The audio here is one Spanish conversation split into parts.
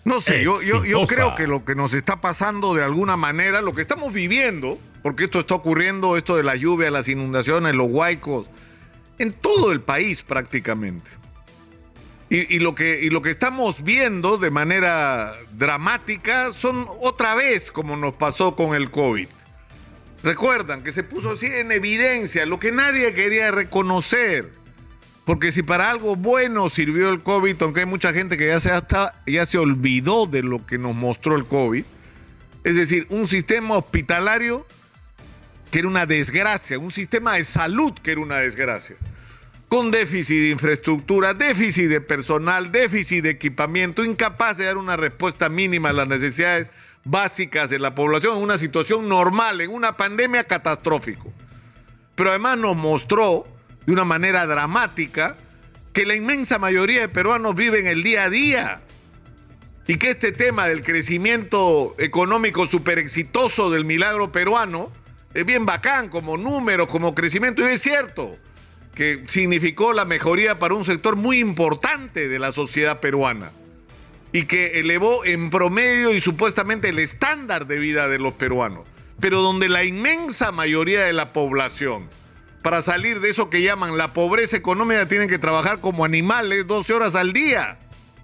No sé, yo creo que exitosa. lo que nos está pasando de alguna manera, lo que estamos viviendo, porque esto está ocurriendo, esto de la lluvia, las inundaciones, los huaicos, en todo el país prácticamente. Y lo que estamos viendo de manera dramática son otra vez como nos pasó con el COVID. Recuerdan que se puso así en evidencia lo que nadie quería reconocer. Porque si para algo bueno sirvió el COVID, aunque hay mucha gente que ya se olvidó de lo que nos mostró el COVID, es decir, un sistema hospitalario que era una desgracia, un sistema de salud que era una desgracia, con déficit de infraestructura, déficit de personal, déficit de equipamiento, incapaz de dar una respuesta mínima a las necesidades básicas de la población en una situación normal, en una pandemia catastrófica. Pero además nos mostró de una manera dramática que la inmensa mayoría de peruanos viven el día a día y que este tema del crecimiento económico súper exitoso del milagro peruano es bien bacán como número, como crecimiento, y es cierto que significó la mejoría para un sector muy importante de la sociedad peruana y que elevó en promedio y supuestamente el estándar de vida de los peruanos, pero donde la inmensa mayoría de la población, para salir de eso que llaman la pobreza económica, tienen que trabajar como animales 12 horas al día.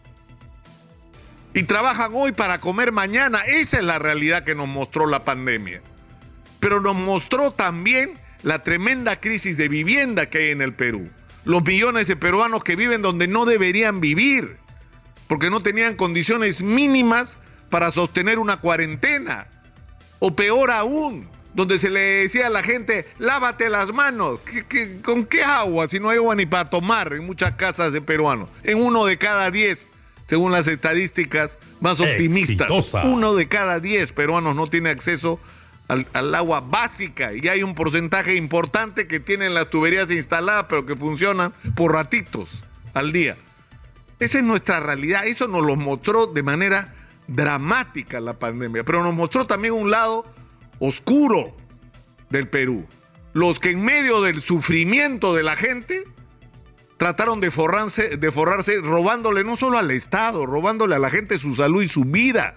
Y trabajan hoy para comer mañana. Esa es la realidad que nos mostró la pandemia. Pero nos mostró también la tremenda crisis de vivienda que hay en el Perú. Los millones de peruanos que viven donde no deberían vivir, porque no tenían condiciones mínimas para sostener una cuarentena. O peor aún, donde se le decía a la gente, lávate las manos. ¿Con qué agua? Si no hay agua ni para tomar en muchas casas de peruanos. En 1 de cada 10, según las estadísticas más optimistas. Exitosa. 1 de cada 10 peruanos no tiene acceso al agua básica. Y hay un porcentaje importante que tienen las tuberías instaladas, pero que funcionan por ratitos al día. Esa es nuestra realidad. Eso nos lo mostró de manera dramática la pandemia. Pero nos mostró también un lado oscuro del Perú. Los que en medio del sufrimiento de la gente trataron de forrarse robándole no solo al Estado, robándole a la gente su salud y su vida.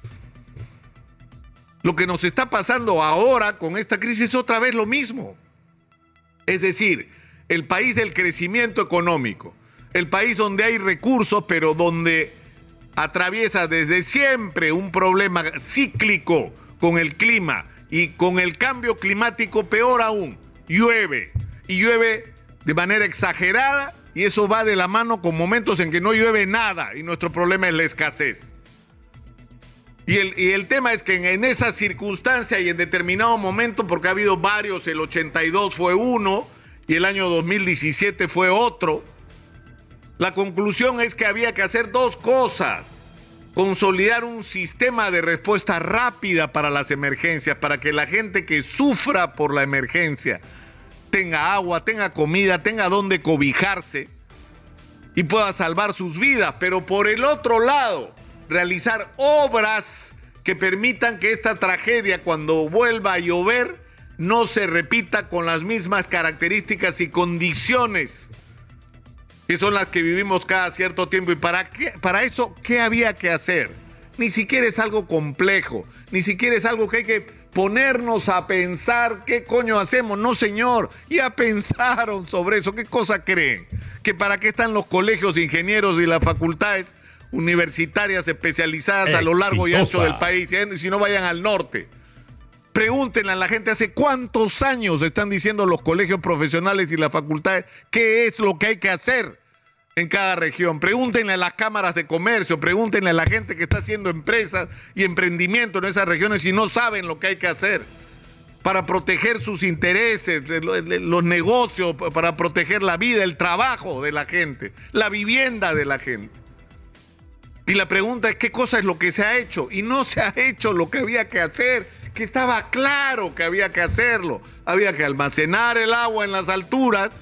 Lo que nos está pasando ahora con esta crisis es otra vez lo mismo. Es decir, el país del crecimiento económico, el país donde hay recursos, pero donde atraviesa desde siempre un problema cíclico con el clima y con el cambio climático, peor aún, llueve. Y llueve de manera exagerada y eso va de la mano con momentos en que no llueve nada y nuestro problema es la escasez. Y el tema es que en esa circunstancia y en determinado momento, porque ha habido varios, el 82 fue uno y el año 2017 fue otro, la conclusión es que había que hacer dos cosas: consolidar un sistema de respuesta rápida para las emergencias, para que la gente que sufra por la emergencia tenga agua, tenga comida, tenga dónde cobijarse y pueda salvar sus vidas. Pero por el otro lado, realizar obras que permitan que esta tragedia, cuando vuelva a llover, no se repita con las mismas características y condiciones que son las que vivimos cada cierto tiempo. ¿Y para eso qué había que hacer? Ni siquiera es algo complejo, ni siquiera es algo que hay que ponernos a pensar qué coño hacemos. No, señor, ya pensaron sobre eso. ¿Qué cosa creen? ¿Que para qué están los colegios de ingenieros y las facultades universitarias especializadas a lo largo y ancho del país? Si no, vayan al norte. Pregúntenle a la gente, ¿hace cuántos años están diciendo los colegios profesionales y las facultades qué es lo que hay que hacer en cada región? Pregúntenle a las cámaras de comercio, pregúntenle a la gente que está haciendo empresas y emprendimiento en esas regiones si no saben lo que hay que hacer para proteger sus intereses, los negocios, para proteger la vida, el trabajo de la gente, la vivienda de la gente. Y la pregunta es, ¿qué cosa es lo que se ha hecho? Y no se ha hecho lo que había que hacer, que estaba claro que había que hacerlo. Había que almacenar el agua en las alturas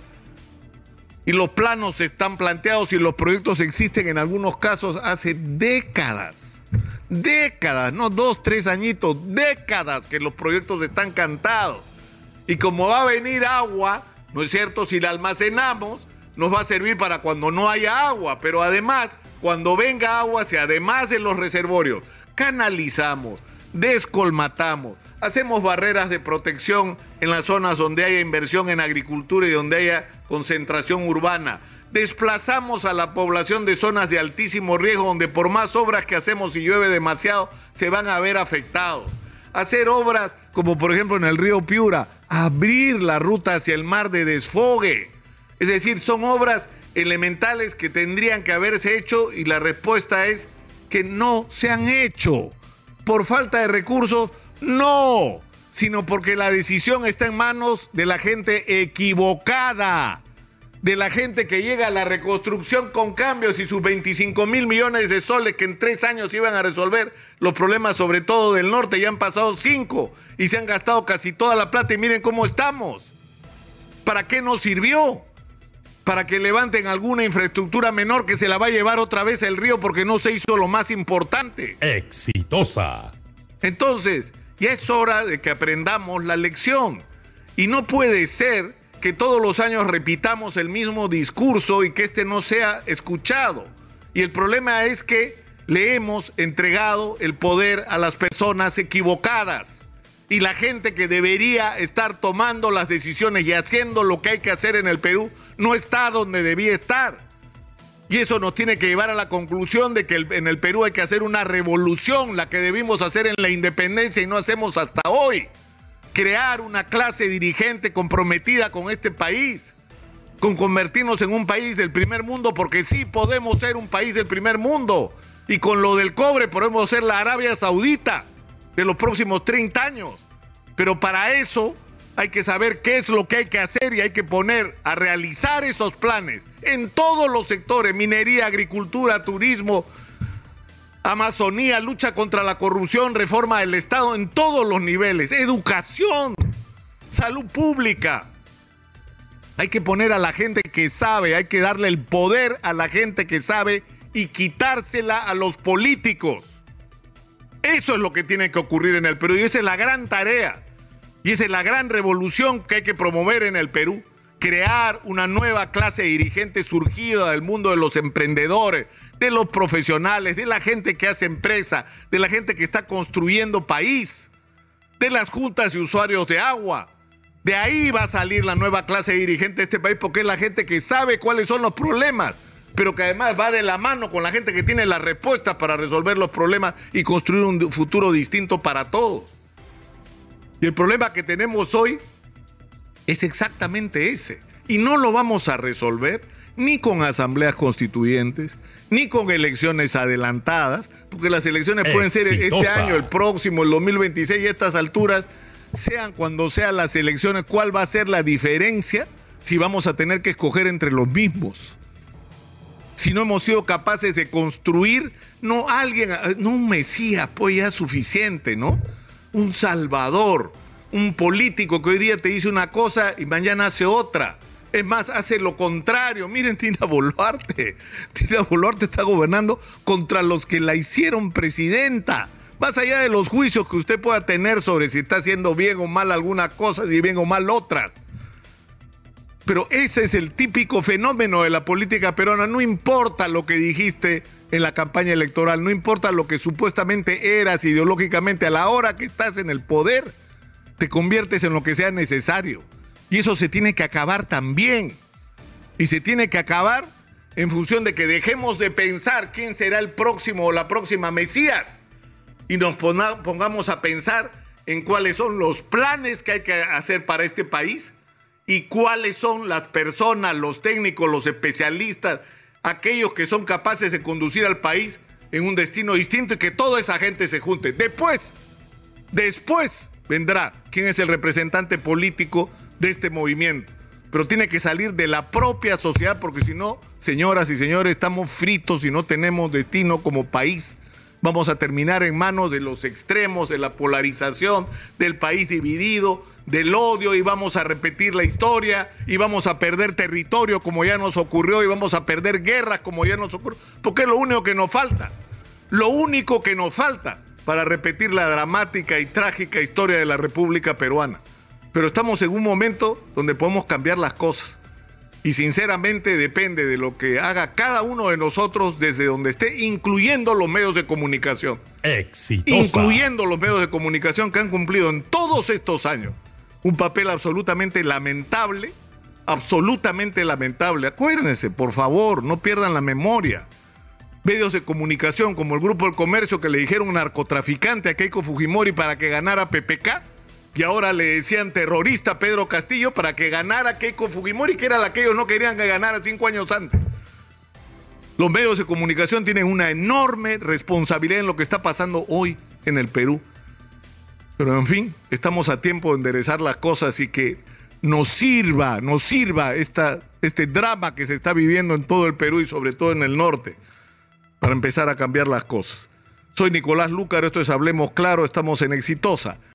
y los planos están planteados y los proyectos existen en algunos casos hace décadas. Décadas, no 2, 3 añitos, décadas que los proyectos están cantados. Y como va a venir agua, ¿no es cierto? Si la almacenamos, nos va a servir para cuando no haya agua, pero además, cuando venga agua, si además de los reservorios, canalizamos, descolmatamos, hacemos barreras de protección en las zonas donde haya inversión en agricultura y donde haya concentración urbana, desplazamos a la población de zonas de altísimo riesgo donde por más obras que hacemos y llueve demasiado, se van a ver afectados. Hacer obras como por ejemplo en el río Piura, abrir la ruta hacia el mar de desfogue. Es decir, son obras elementales que tendrían que haberse hecho y la respuesta es que no se han hecho. ¿Por falta de recursos? No, sino porque la decisión está en manos de la gente equivocada, de la gente que llega a la reconstrucción con cambios y sus 25,000 millones de soles que en 3 años iban a resolver los problemas sobre todo del norte, ya han pasado 5 y se han gastado casi toda la plata y miren cómo estamos. ¿Para qué nos sirvió? Para que levanten alguna infraestructura menor que se la va a llevar otra vez el río porque no se hizo lo más importante. Exitosa. Entonces, ya es hora de que aprendamos la lección. Y no puede ser que todos los años repitamos el mismo discurso y que este no sea escuchado. Y el problema es que le hemos entregado el poder a las personas equivocadas. Y la gente que debería estar tomando las decisiones y haciendo lo que hay que hacer en el Perú no está donde debía estar. Y eso nos tiene que llevar a la conclusión de que en el Perú hay que hacer una revolución, la que debimos hacer en la independencia y no hacemos hasta hoy. Crear una clase dirigente comprometida con este país, con convertirnos en un país del primer mundo, porque sí podemos ser un país del primer mundo. Y con lo del cobre podemos ser la Arabia Saudita de los próximos 30 años. Pero para eso hay que saber qué es lo que hay que hacer y hay que poner a realizar esos planes en todos los sectores: minería, agricultura, turismo, Amazonía, lucha contra la corrupción, reforma del Estado en todos los niveles, educación, salud pública. Hay que poner a la gente que sabe, hay que darle el poder a la gente que sabe y quitársela a los políticos. Eso es lo que tiene que ocurrir en el Perú y esa es la gran tarea y esa es la gran revolución que hay que promover en el Perú. Crear una nueva clase dirigente surgida del mundo de los emprendedores, de los profesionales, de la gente que hace empresa, de la gente que está construyendo país, de las juntas de usuarios de agua. De ahí va a salir la nueva clase dirigente de este país porque es la gente que sabe cuáles son los problemas, pero que además va de la mano con la gente que tiene las respuestas para resolver los problemas y construir un futuro distinto para todos. Y el problema que tenemos hoy es exactamente ese. Y no lo vamos a resolver ni con asambleas constituyentes, ni con elecciones adelantadas, porque las elecciones pueden ser este año, el próximo, el 2026, y a estas alturas, sean cuando sean las elecciones, ¿cuál va a ser la diferencia si vamos a tener que escoger entre los mismos? Si no hemos sido capaces de construir, no un Mesías, pues ya es suficiente, ¿no? Un salvador, un político que hoy día te dice una cosa y mañana hace otra. Es más, hace lo contrario. Miren, Dina Boluarte. Dina Boluarte está gobernando contra los que la hicieron presidenta. Más allá de los juicios que usted pueda tener sobre si está haciendo bien o mal algunas cosas y bien o mal otras. Pero ese es el típico fenómeno de la política peruana. No importa lo que dijiste en la campaña electoral, no importa lo que supuestamente eras ideológicamente, a la hora que estás en el poder, te conviertes en lo que sea necesario. Y eso se tiene que acabar también. Y se tiene que acabar en función de que dejemos de pensar quién será el próximo o la próxima Mesías y nos pongamos a pensar en cuáles son los planes que hay que hacer para este país y cuáles son las personas, los técnicos, los especialistas, aquellos que son capaces de conducir al país en un destino distinto y que toda esa gente se junte. Después vendrá quién es el representante político de este movimiento. Pero tiene que salir de la propia sociedad porque si no, señoras y señores, estamos fritos y no tenemos destino como país. Vamos a terminar en manos de los extremos, de la polarización, del país dividido, del odio y vamos a repetir la historia y vamos a perder territorio como ya nos ocurrió y vamos a perder guerras como ya nos ocurrió. Porque es lo único que nos falta. Lo único que nos falta para repetir la dramática y trágica historia de la República Peruana. Pero estamos en un momento donde podemos cambiar las cosas. Y sinceramente depende de lo que haga cada uno de nosotros desde donde esté, incluyendo los medios de comunicación. Exitosa. Incluyendo los medios de comunicación que han cumplido en todos estos años un papel absolutamente lamentable, absolutamente lamentable. Acuérdense, por favor, no pierdan la memoria. Medios de comunicación como el Grupo del Comercio, que le dijeron narcotraficante a Keiko Fujimori para que ganara PPK, y ahora le decían terrorista a Pedro Castillo para que ganara Keiko Fujimori, que era la que ellos no querían que ganara 5 años antes. Los medios de comunicación tienen una enorme responsabilidad en lo que está pasando hoy en el Perú. Pero en fin, estamos a tiempo de enderezar las cosas y que nos sirva este drama que se está viviendo en todo el Perú y sobre todo en el norte, para empezar a cambiar las cosas. Soy Nicolás Lúcar, esto es Hablemos Claro, estamos en Exitosa.